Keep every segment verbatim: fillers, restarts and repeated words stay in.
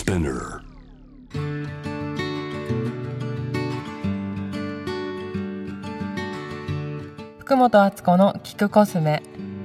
Spinner。 福本敦子の聞くコスメ。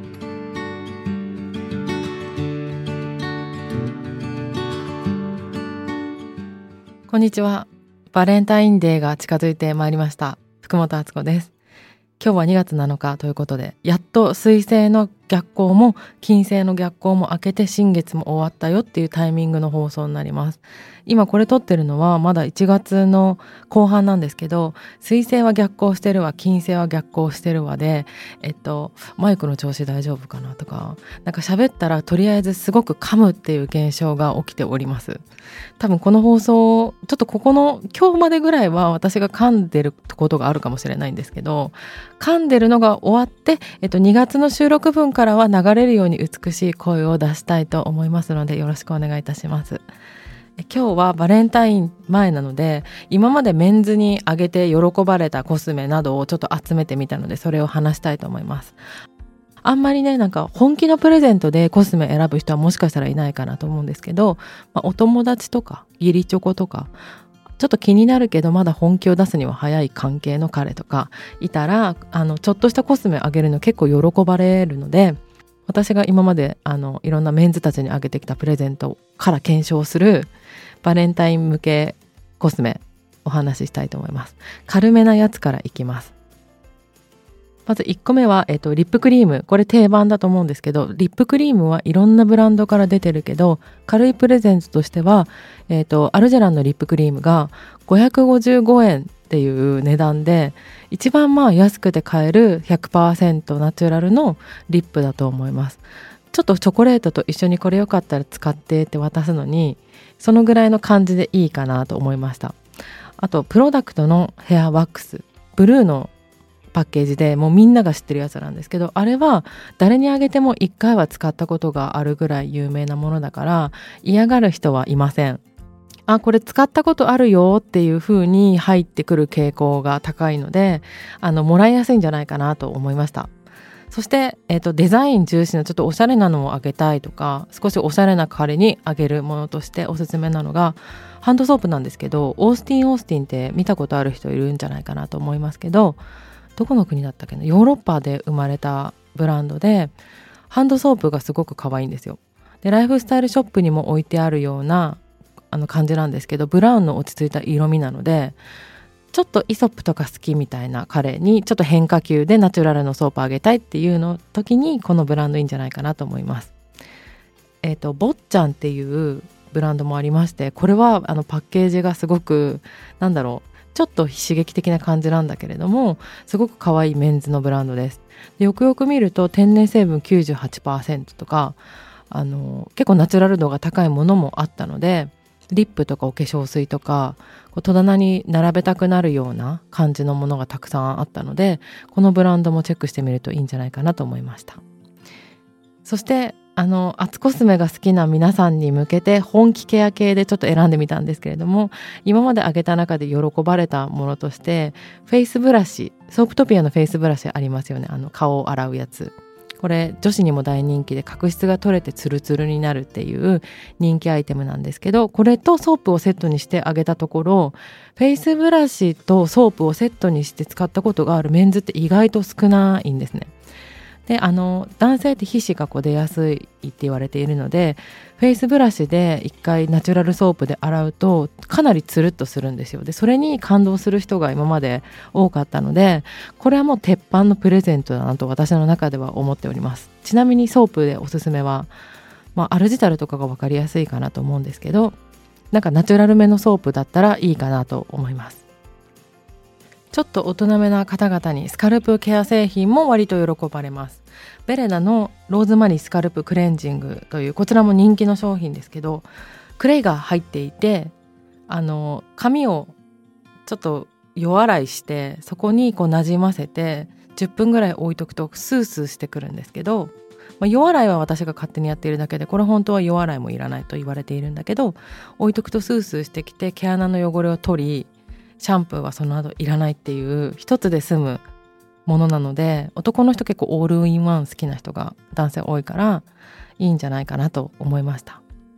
こんにちは。バレンタインデーが近づいてまいりました。福本敦子です。今日はにがつなのかということで、やっと水星の逆行も金星の逆行も明けて新月も終わったよっていうタイミングの放送になります。今これ撮ってるのはまだいちがつの後半なんですけど、水星は逆行してるわ、金星は逆行してるわで、えっとマイクの調子大丈夫かなとか、なんか喋ったらとりあえずすごく噛むっていう現象が起きております。多分この放送ちょっとここの今日までぐらいは私が噛んでることがあるかもしれないんですけど、噛んでるのが終わって、えっと、にがつの収録分からは流れるように美しい声を出したいと思いますので、よろしくお願いいたします。今日はバレンタイン前なので、今までメンズにあげて喜ばれたコスメなどをちょっと集めてみたので、それを話したいと思います。あんまりね、なんか本気のプレゼントでコスメ選ぶ人はもしかしたらいないかなと思うんですけど、まあ、お友達とか義理チョコとかちょっと気になるけどまだ本気を出すには早い関係の彼とかいたら、あのちょっとしたコスメあげるの結構喜ばれるので、私が今まであのいろんなメンズたちにあげてきたプレゼントから検証するバレンタイン向けコスメお話ししたいと思います。軽めなやつからいきます。まずいっこめは、えっと、リップクリーム。これ定番だと思うんですけど、リップクリームはいろんなブランドから出てるけど、軽いプレゼントとしては、えっと、アルジェランのリップクリームがごひゃくごじゅうごえんっていう値段で、一番まあ安くて買える ひゃくパーセント ナチュラルのリップだと思います。ちょっとチョコレートと一緒にこれよかったら使ってって渡すのに、そのぐらいの感じでいいかなと思いました。あと、プロダクトのヘアワックス。ブルーのパッケージでもうみんなが知ってるやつなんですけど、あれは誰にあげてもいっかいは使ったことがあるぐらい有名なものだから嫌がる人はいません。あ、これ使ったことあるよっていう風に入ってくる傾向が高いので、あのもらいやすいんじゃないかなと思いました。そして、えーと、デザイン重視のちょっとおしゃれなのをあげたいとか、少しおしゃれな彼にあげるものとしておすすめなのがハンドソープなんですけど、オースティン・オースティンって見たことある人いるんじゃないかなと思いますけど、どこの国だったっけな、ヨーロッパで生まれたブランドで、ハンドソープがすごく可愛いんですよ。で、ライフスタイルショップにも置いてあるようなあの感じなんですけど、ブラウンの落ち着いた色味なので、ちょっとイソップとか好きみたいな彼にちょっと変化球でナチュラルのソープあげたいっていうの時にこのブランドいいんじゃないかなと思います。えっとボッチャンっていうブランドもありまして、これはあのパッケージがすごくなんだろう、ちょっと刺激的な感じなんだけれども、すごく可愛いメンズのブランドです。で、よくよく見ると天然成分 きゅうじゅうはちパーセント とか、あの結構ナチュラル度が高いものもあったので、リップとかお化粧水とかこう戸棚に並べたくなるような感じのものがたくさんあったので、このブランドもチェックしてみるといいんじゃないかなと思いました。そしてあのアツコスメが好きな皆さんに向けて本気ケア系でちょっと選んでみたんですけれども、今まであげた中で喜ばれたものとしてフェイスブラシ、ソープトピアのフェイスブラシありますよね。あの顔を洗うやつ。これ女子にも大人気で角質が取れてツルツルになるっていう人気アイテムなんですけど、これとソープをセットにしてあげたところ、フェイスブラシとソープをセットにして使ったことがあるメンズって意外と少ないんですね。で、あの男性って皮脂がこう出やすいって言われているので、フェイスブラシで一回ナチュラルソープで洗うとかなりツルッとするんですよ。で、それに感動する人が今まで多かったので、これはもう鉄板のプレゼントだなと私の中では思っております。ちなみにソープでおすすめは、まあ、アルジタルとかが分かりやすいかなと思うんですけど、なんかナチュラルめのソープだったらいいかなと思います。ちょっと大人めな方々にスカルプケア製品も割と喜ばれます。ベレナのローズマリースカルプクレンジングという、こちらも人気の商品ですけど、クレイが入っていて、あの髪をちょっと夜洗いしてそこにこうなじませてじゅっぷんぐらい置いとくとスースーしてくるんですけど、まあ、夜洗いは私が勝手にやっているだけで、これ本当は夜洗いもいらないと言われているんだけど、置いとくとスースーしてきて毛穴の汚れを取り、シャンプーはその後いらないっていう一つで済むものなので、男の人結構オールインワン好きな人が男性多いからいいんじゃないかなと思いました。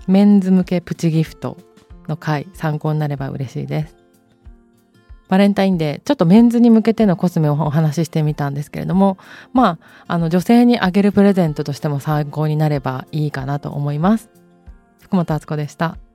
メンズ向けプチギフトの回参考になれば嬉しいです。バレンタインデー、ちょっとメンズに向けてのコスメをお話ししてみたんですけれども、まあ、あの女性にあげるプレゼントとしても参考になればいいかなと思います。福本敦子でした。